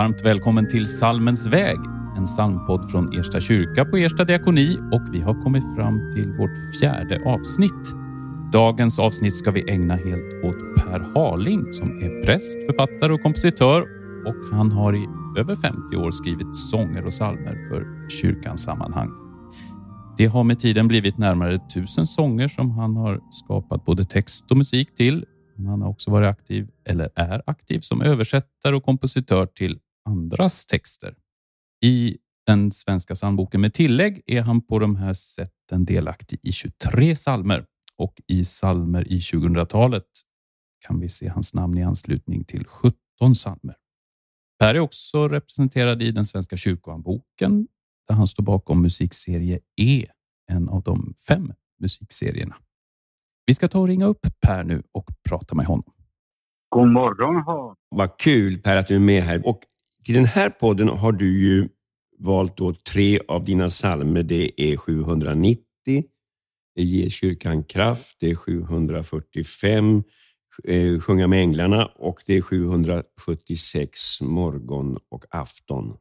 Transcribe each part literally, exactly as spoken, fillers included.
Varmt välkommen till Psalmens väg, en psalmpodd från Ersta kyrka på Ersta diakoni, och vi har kommit fram till vårt fjärde avsnitt. Dagens avsnitt ska vi ägna helt åt Per Harling som är präst, författare och kompositör, och han har i över femtio år skrivit sånger och psalmer för kyrkans sammanhang. Det har med tiden blivit närmare tusen sånger som han har skapat både text och musik till. Men han har också varit aktiv, eller är aktiv, som översättare och kompositör till andras texter. I den svenska psalmboken med tillägg är han på de här sätten delaktig i tjugotre psalmer. Och i psalmer i tjugohundratalet kan vi se hans namn i anslutning till sjutton psalmer. Per är också representerad i den svenska kyrkohandboken, där han står bakom musikserie E, en av de fem musikserierna. Vi ska ta och ringa upp Per nu och prata med honom. God morgon. Ha. Vad kul Per att du är med här. Och till den här podden har du ju valt då tre av dina psalmer. Det är sjuhundranittio, det ger kyrkan kraft, det är sjuhundrafyrtiofem, eh, sjunga med änglarna, och det är sjuhundrasjuttiosex, morgon och afton.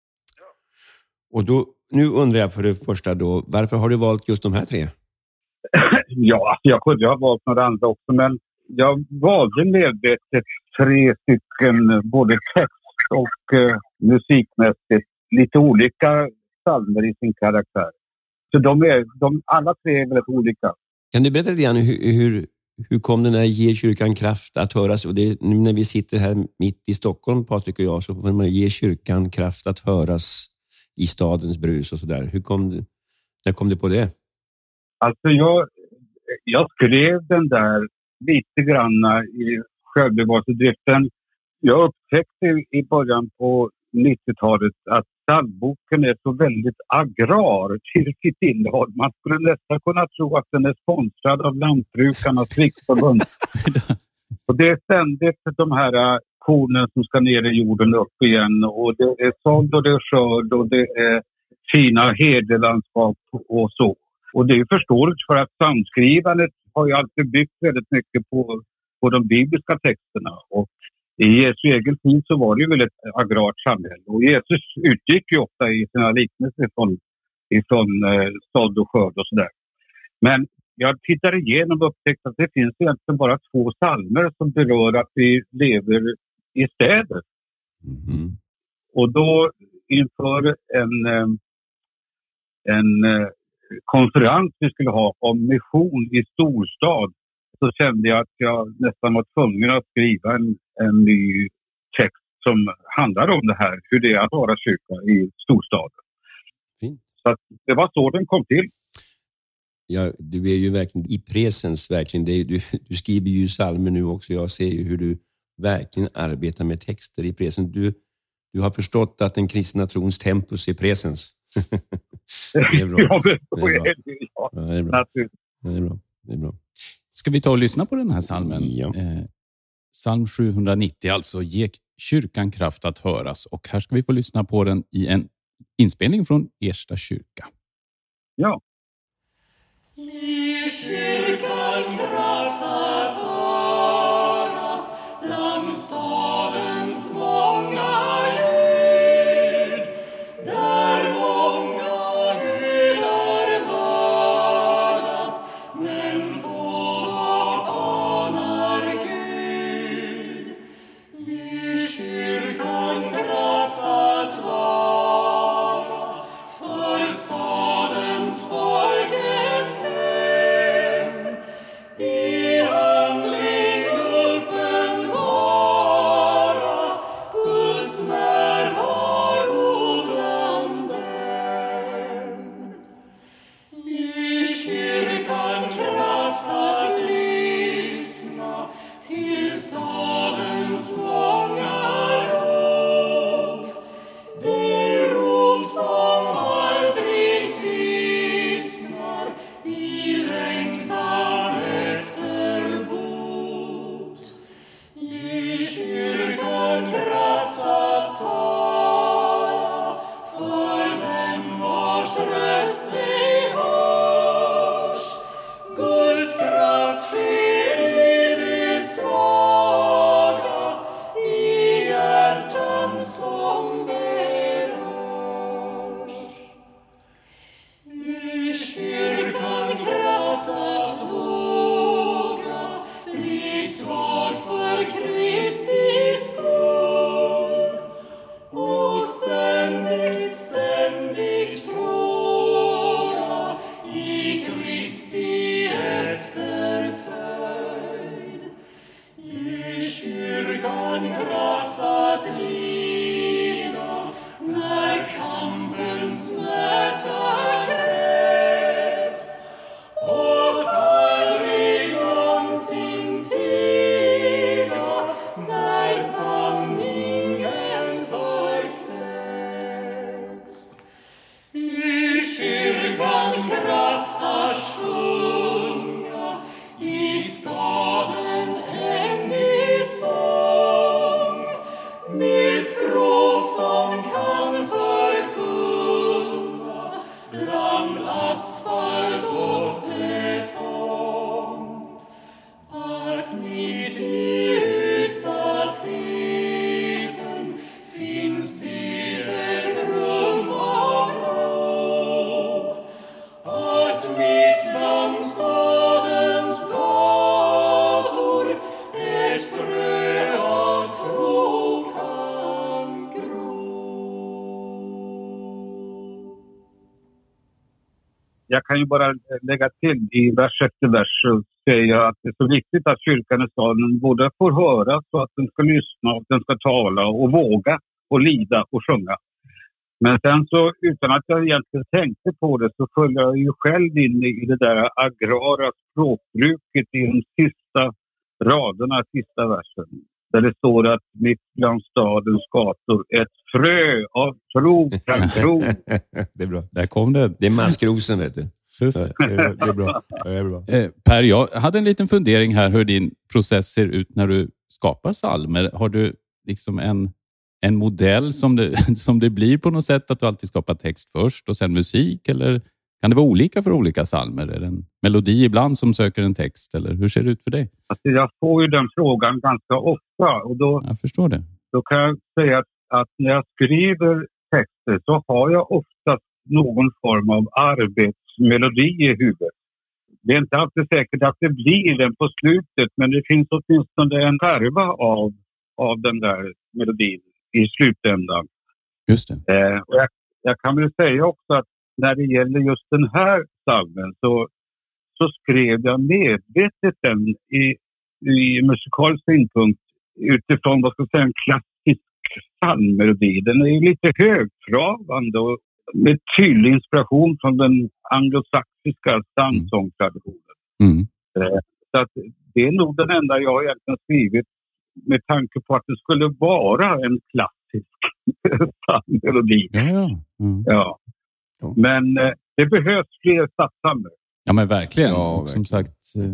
Och då, nu undrar jag för det första då, varför har du valt just de här tre? Ja, jag kunde ha valt några andra också, men jag valde medvetet tre stycken, både text och eh, musikmässigt, lite olika psalmer i sin karaktär. Så de är, de, alla tre är väldigt olika. Kan du berätta lite grann hur, hur, hur kom den här ge kyrkan kraft att höras? Och det, nu när vi sitter här mitt i Stockholm, Patrik och jag, så får man ge kyrkan kraft att höras i stadens brus och sådär. Hur kom det, när kom du på det? Alltså jag, jag skrev den där lite grann i självbevarelsedriften. Jag upptäckte i början på nittiotalet att psalmboken är så väldigt agrar till sitt innehåll. Man skulle nästan kunna tro att den är sponsrad av Lantbrukarnas riksförbund. Och det är ständigt de här kornen som ska ner i jorden upp igen, och det är sådd och det är skörd och det är fina hedelandskap och så. Och det är förståeligt, för att psalmskrivandet har ju alltid byggt väldigt mycket på, på de bibliska texterna. Och i Jesu egen tid så var det ju väldigt agrart samhälle. Och Jesus utgick ju ofta i sina liknelser från, ifrån eh, sådd och skörd och sådär. Men jag tittade igenom och upptäckte att det finns egentligen bara två psalmer som berör att vi lever i städer. Mm. Och då inför en, eh, en eh, konferens vi skulle ha om mission i storstad, så kände jag att jag nästan var tvungen att skriva en, en ny text som handlar om det här, hur det är att vara kyrka i storstaden. Fint. Så att det var så den kom till. Ja, du är ju verkligen i presens, verkligen. Det är, du, du skriver ju psalmer nu också. Jag ser ju hur du verkligen arbetar med texter i presens. Du, du har förstått att den kristna trons tempus är presens. Det är bra. Ja, det är bra. Ja, Ja, det är bra. Det är bra. Det är bra. Ska vi ta och lyssna på den här psalmen? Ja. Eh, psalm sjuhundranittio, alltså ge kyrkan kraft att höras. Och här ska vi få lyssna på den i en inspelning från Ersta kyrka. Ja. Ge kyrkan kraft att höras bland stadens många ljud, där många gudar vördas, men få dock anar Gud. Ge kyrkan kraft att vara för stadens folket hem, jag kan ju bara lägga till i vers efter vers så säger jag att det är så viktigt att kyrkan i staden både får höra så att den ska lyssna och den ska tala och våga och lida och sjunga. Men sen så utan att jag egentligen tänkte på det så föll jag ju själv in i det där agrara språkbruket i de sista raderna, sista versen. Där det står att mitt bland stadens gator ett frö av tro kan tro. Det är bra. Där kom det. Det är maskrosen, vet du. Just det. Det är, det är bra. Det är bra. Eh, Per, jag hade en liten fundering här hur din process ser ut när du skapar psalmer. Har du liksom en, en modell som det, som det blir på något sätt att du alltid skapar text först och sen musik? Eller kan det vara olika för olika psalmer? Är det en melodi ibland som söker en text? Eller hur ser det ut för dig? Alltså jag får ju den frågan ganska ofta och då, Jag förstår det. då kan jag säga att, att när jag skriver texter så har jag ofta någon form av arbetsmelodi i huvudet. Det är inte alltid säkert att det blir den på slutet, men det finns åtminstone en skärva av, av den där melodin i slutändan. Just det. Eh, och jag, jag kan väl säga också att när det gäller just den här psalmen så, så skrev jag medvetet den i, i musikal synpunkt utifrån vad ska jag säga, en klassisk psalmmelodi. Den är lite högtravande och med tydlig inspiration från den anglosaxiska psalmsångstraditionen. Mm. Eh, så att det är nog den enda jag egentligen skrivit med tanke på att det skulle vara en klassisk psalmmelodi. Ja, ja. Mm. Ja. Ja. Men eh, det behövs fler stadspsalmer. Ja, men verkligen. Ja, Som verkligen. sagt. eh,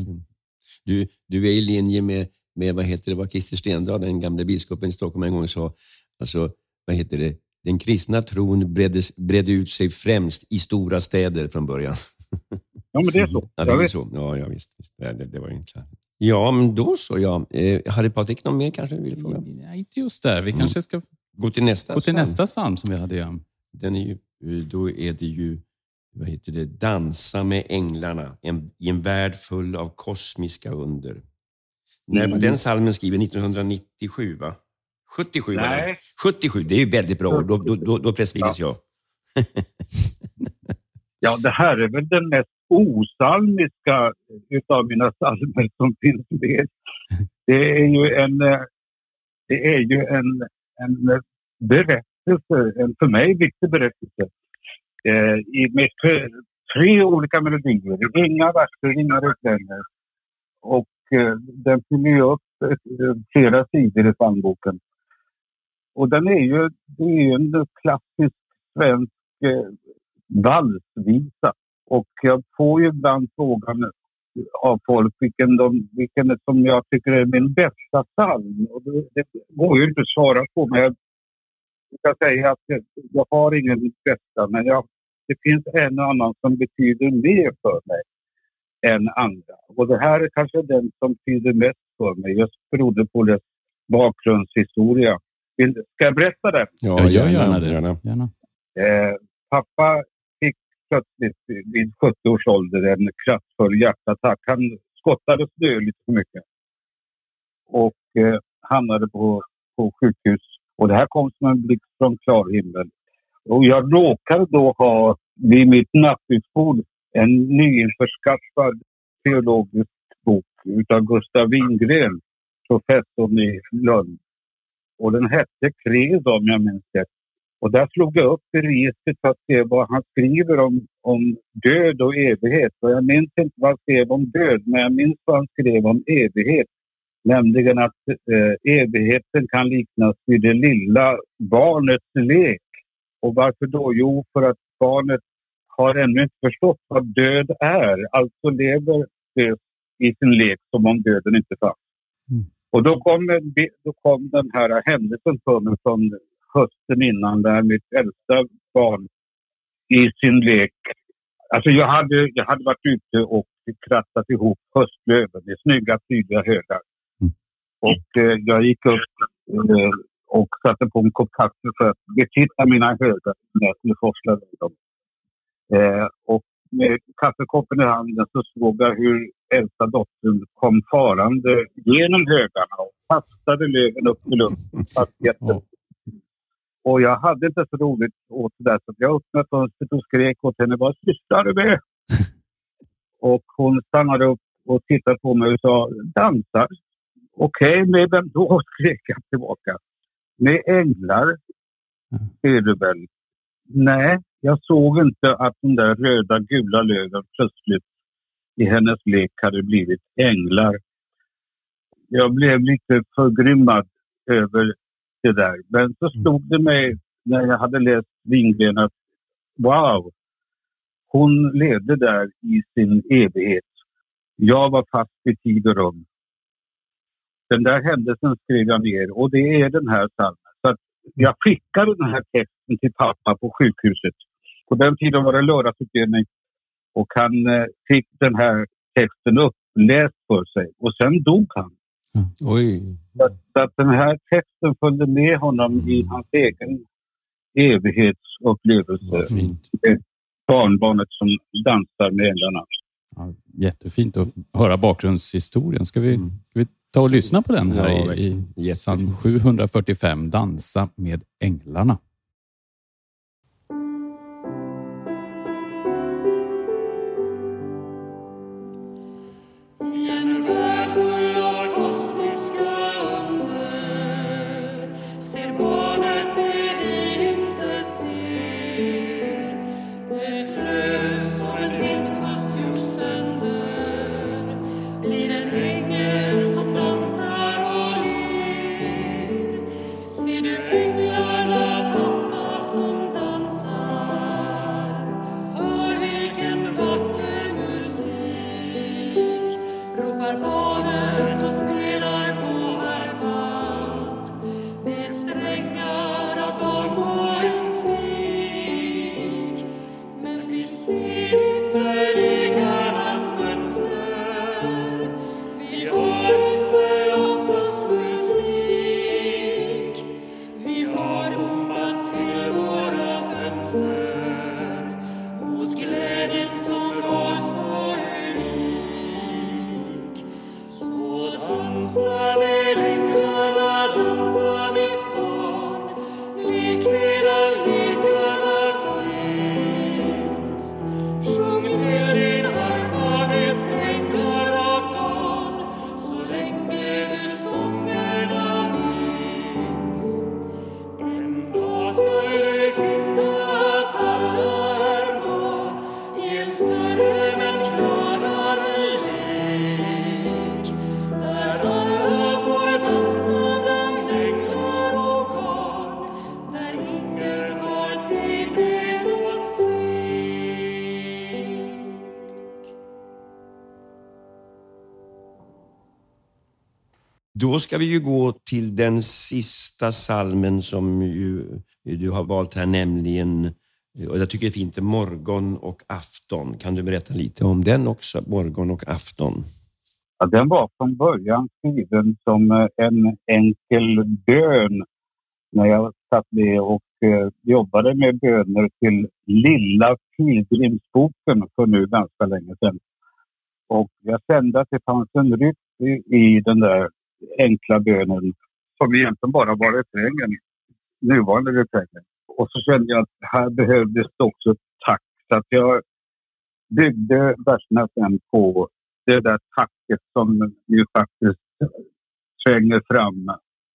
Du, du är i linje med, med vad heter det, vad Christer Stendahl, den gamla biskopen i Stockholm en gång sa. Alltså, vad heter det? Den kristna tron bredde, bredde ut sig främst i stora städer från början. Ja, men det är så. Ja, det Jag är vet. så. Ja, ja visst. visst. Det, det, det var ju en klar. Ja, men då så. Ja. Eh, hade Patrik någon mer kanske vill fråga? Nej, inte just där. Vi kanske ska Gå till nästa. gå till psalm. nästa psalm som vi hade. Ja. Den är ju, då är det ju, vad heter det, dansa med änglarna en, i en värld full av kosmiska under. När var Mm. den psalmen skriven? nittonhundranittiosju, va? sjuttiosju, va? Nej. sjuttiosju, det är ju väldigt bra. Då, då, då, då prästvigs jag. Ja, det här är väl den mest osalmiska utav mina psalmer som finns med. Det är ju en, eh, det är ju en, en berättelse, en för mig viktig berättelse. Eh, i, med tre, tre olika melodier, inga verser, inga refränger. Och eh, den fyller ju upp eh, flera sidor i psalmboken. Och den är ju, det är ju en klassisk svensk eh, valsvisa. Och jag får ju ibland frågan av folk vilken, de, vilken som jag tycker är min bästa psalm. Och det, det går ju inte att svara på, men jag ska säga att jag, jag har ingen bästa, men jag, det finns en annan som betyder mer för mig än andra. Och det här är kanske den som betyder mest för mig, just beroende på dess bakgrundshistoria. Vill- Ska jag berätta det? Ja, gör gärna det. Gärna. Gärna. Eh, pappa fick plötsligt vid sjuttio års ålder en kraftfull hjärtattack. Han skottade snö lite för mycket och eh, hamnade på, på sjukhus. Och det här kom som en blixt från klar himmel. Och jag råkade då ha vid mitt nattduksbord en nyinförskaffad teologisk bok utav Gustav Wingren, professorn i Lund. Och den hette Kred, om jag minns det. Och där slog jag upp i registret för att se vad han skriver om, om död och evighet. Och jag minns inte vad han skrev om död, men jag minns vad han skrev om evighet. Nämligen att eh, evigheten kan liknas vid det lilla barnets lek. Och varför då? Jo, för att barnet har ännu inte förstått vad död är. Alltså lever det i sin lek som om döden inte fanns. Mm. Och då kom, en, då kom den här händelsen för mig från hösten innan, där mitt äldsta barn i sin lek. Alltså jag hade, jag hade varit ute och krattat ihop höstlöven i snygga, tydliga högar. Mm. Och eh, jag gick upp eh, och satte på en kopp kaffe för att betitta mina högar när jag skulle forsla dem. Eh, och med kaffekoppen i handen så såg jag hur äldsta dottern kom farande genom högarna och kastade löven upp i luften. Ja. Och jag hade inte så roligt åt det där, så jag öppnade fönstret och skrek åt henne: vad sysslar du med? Och hon stannade upp och tittade på mig och sa, dansar? Okej, okay, med vem då? Skrek jag tillbaka. Med änglar, är det väl? Nej, jag såg inte att de där röda gula löven plötsligt i hennes lek hade blivit änglar. Jag blev lite förgrymmad över det där. Men så stod det mig när jag hade läst Wingren att wow, hon levde där i sin evighet. Jag var fast i tid och rum. Den där händelsen skrev jag ner och det är den här salmen. Så att jag skickade den här texten till pappa på sjukhuset. På den tiden var det lördagsutdelning och han eh, fick den här texten uppläst för sig och sen dog han. Mm. Oj. Så, så att den här texten följde med honom mm. i hans egen evighetsupplevelse. Fint. Barnbarnet som dansar med änglarna. Ja, jättefint att höra bakgrundshistorien. Ska vi, ska vi ta och lyssna på den här ja, i, i psalm sjuhundrafyrtiofem, Dansa med änglarna. Då ska vi ju gå till den sista salmen som ju, du har valt här, nämligen, och jag tycker det är fint, morgon och afton. Kan du berätta lite om den också, morgon och afton? Ja, den var från början skriven som en enkel bön när jag satt med och eh, jobbade med böner till Lilla pilgrimsboken för nu ganska länge sedan. Och jag kände att det fanns en rytm i, i den där enkla bönen som egentligen bara var refrängen, nuvarande refrängen. Och så kände jag att här behövdes det också tack. Så att jag byggde verserna sen på det där tacket som ju faktiskt tränger fram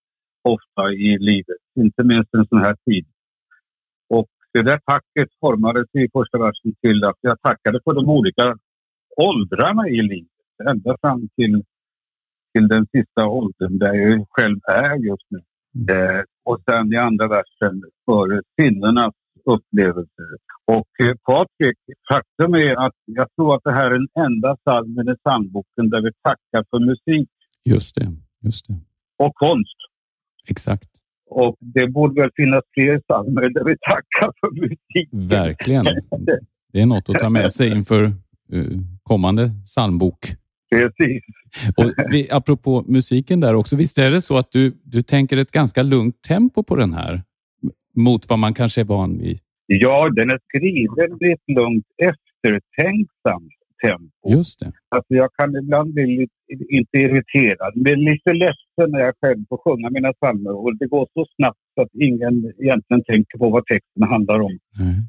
ofta i livet. Inte minst en sån här tid. Och det där tacket formades i första versen till att jag tackade för de olika åldrarna i livet. Ända fram till till den sista åldern där jag själv är just nu. Eh, och sen i andra versen för sinnenas upplevelser. Och eh, Patrik, faktum är att jag tror att det här är den enda psalmen i psalmboken där vi tackar för musik. Just det, just det. Och konst. Exakt. Och det borde väl finnas fler psalmer där vi tackar för musik. Verkligen. Det är något att ta med sig inför uh, kommande psalmbok. Precis. Och vi, apropå musiken där också, visst är det så att du, du tänker ett ganska lugnt tempo på den här mot vad man kanske är van vid? Ja, den är skriven i ett lugnt eftertänksamt tempo. Just det. Alltså jag kan ibland bli lite, inte irriterad, men lite ledsen när jag själv får sjunga mina psalmer och det går så snabbt att ingen egentligen tänker på vad texten handlar om. Mm.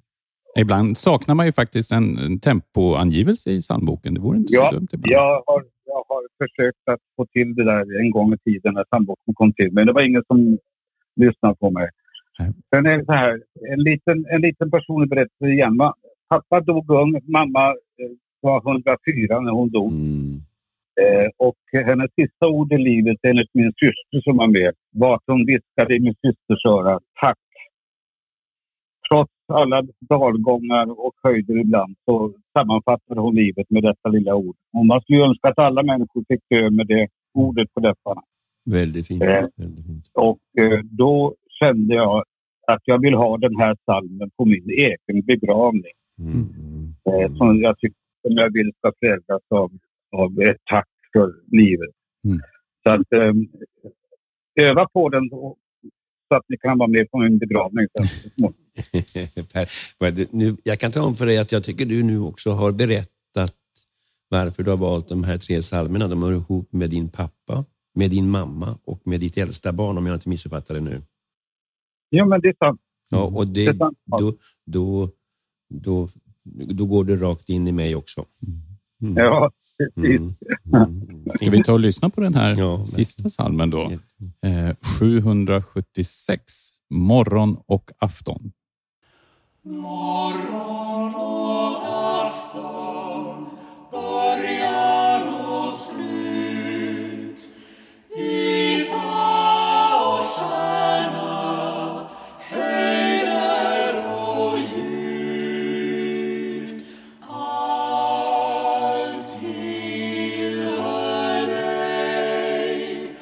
Ibland saknar man ju faktiskt en, en tempoangivelse i psalmboken. Det vore inte Ja, så dumt ibland. jag har, jag har försökt att få till det där en gång i tiden när psalmboken kom till. Men det var ingen som lyssnade på mig. Nej. Sen är det så här, en liten, en liten personlig berättelse igen. Ma- Pappa dog ung, mamma eh, var hundrafyra när hon dog. Mm. Eh, och hennes sista ord i livet, enligt min syster som var med, var att hon viskade i min systers öra: tack. Trots alla dalgångar och höjder ibland så sammanfattade hon livet med detta lilla ord. Och man skulle önska att alla människor fick dö med det ordet på läpparna. Väldigt fint. Eh, Väldigt fint. Och eh, då kände jag att jag vill ha den här psalmen på min egen begravning. Mm. Mm. Eh, som jag tycker som jag vill ska präglas av, av ett tack för livet. Mm. Så att eh, öva på den så, så att ni kan vara med på min begravning sen. Per, nu, jag kan ta om för dig att jag tycker du nu också har berättat varför du har valt de här tre psalmerna. De hör ihop med din pappa, med din mamma och med ditt äldsta barn, om jag inte missuppfattar det nu. Ja, men det är sant. Ja, och det, Det är sant. då, då, då, då går det rakt in i mig också. Mm. Ja, precis. Mm. Mm. Ska vi ta och lyssna på den här Ja, sista psalmen då? Eh, sjuhundrasjuttiosex, morgon och afton. Morgon och afton, början och slut. Ita och stjärna, höjder och djup. Allt tillhör dig,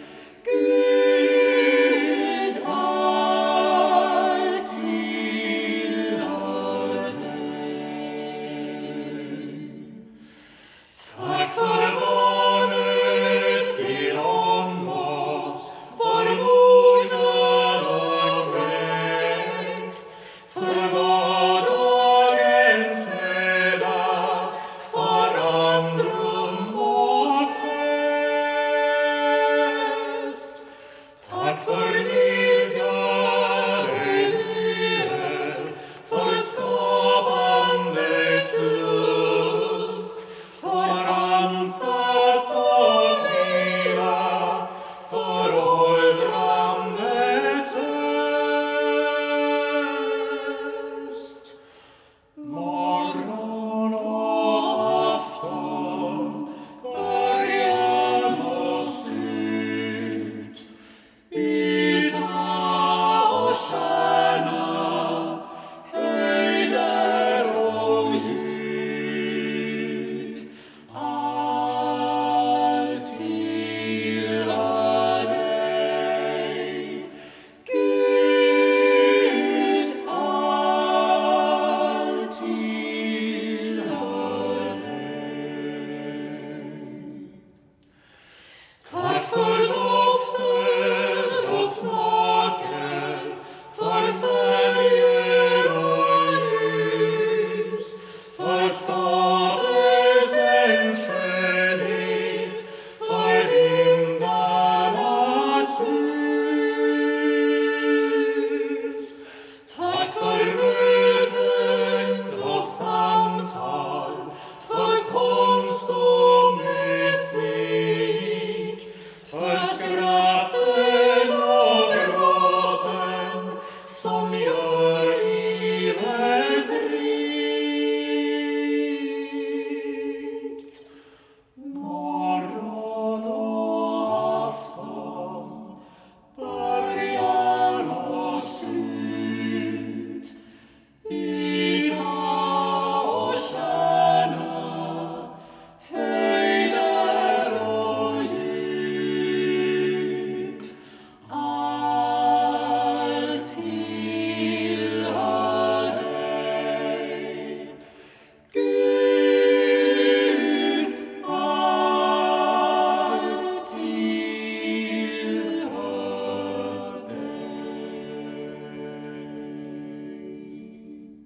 Gud, allt tillhör dig. Tack för barnet till om oss, för mognad och växt, för vardagens möda, för andrum och fest. Tack för vidgade vyer, för skapandets lust, för ansats och vila, för åldrandets höst. Morgon och afton, början och slut. Ita och stjärna, höjder och djup. Allt tillhör dig, Gud, allt tillhör dig. Tack för dofter och smaker, för färger och ljus, för skapelsens skönhet, för vindarnas sus. Tack för möten och samtal, för konst och musik, för skrattet och gråten som gör livet rikt. Morgon och afton, början och slut. Ita och stjärna, höjder och djup. Allt tillhör dig, Gud, allt tillhör dig.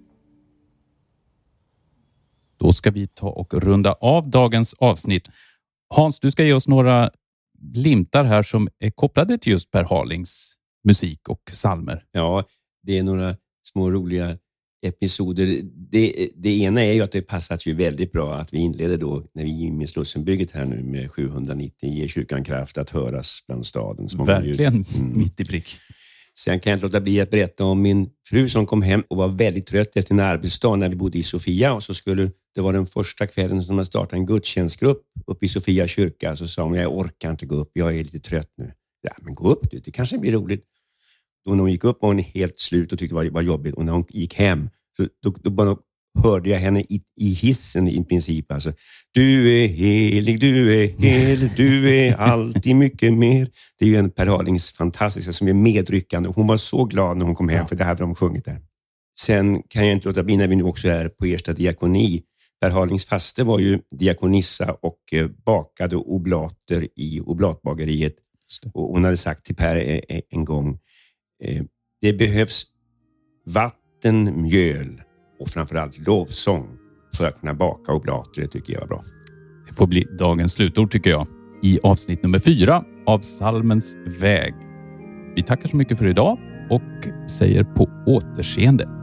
Då ska vi ta och runda av dagens avsnitt. Hans, du ska ge oss några glimtar här som är kopplade till just Per Harlings musik och psalmer. Ja, det är några små roliga episoder. Det, det ena är ju att det passat ju väldigt bra att vi inleder då när vi är med Slussenbygget här nu med sjuhundranittio ger kyrkan kraft att höras bland staden. Verkligen mm. mitt i prick. Sen kan jag inte låta bli att berätta om min fru som kom hem och var väldigt trött efter en arbetsdag när vi bodde i Sofia. Och så skulle det var den första kvällen som man startade en gudstjänstgrupp uppe i Sofia kyrka. Så sa hon, jag orkar inte gå upp, jag är lite trött nu. Ja, men gå upp du, det kanske blir roligt. Då när hon gick upp var hon helt slut och tyckte det var, var jobbigt. Och när hon gick hem så då, då bara hörde jag henne i, i hissen i princip. Alltså, du är helig, du är helig, du är alltid mycket mer. Det är ju en Per Harlings fantastiska som är medryckande. Hon var så glad när hon kom hem ja. För det hade de sjungit där. Sen kan jag inte låta bli när vi nu också är på Ersta diakoni. Per Harlings faste var ju diakonissa och eh, bakade oblater i oblatbageriet. Och hon hade sagt till Per eh, en gång eh, det behövs vatten, mjöl och framförallt lovsång för att kunna baka oblater. Det tycker jag var bra. Det får bli dagens slutord tycker jag. I avsnitt nummer fyra av Salmens väg. Vi tackar så mycket för idag och säger på återseende.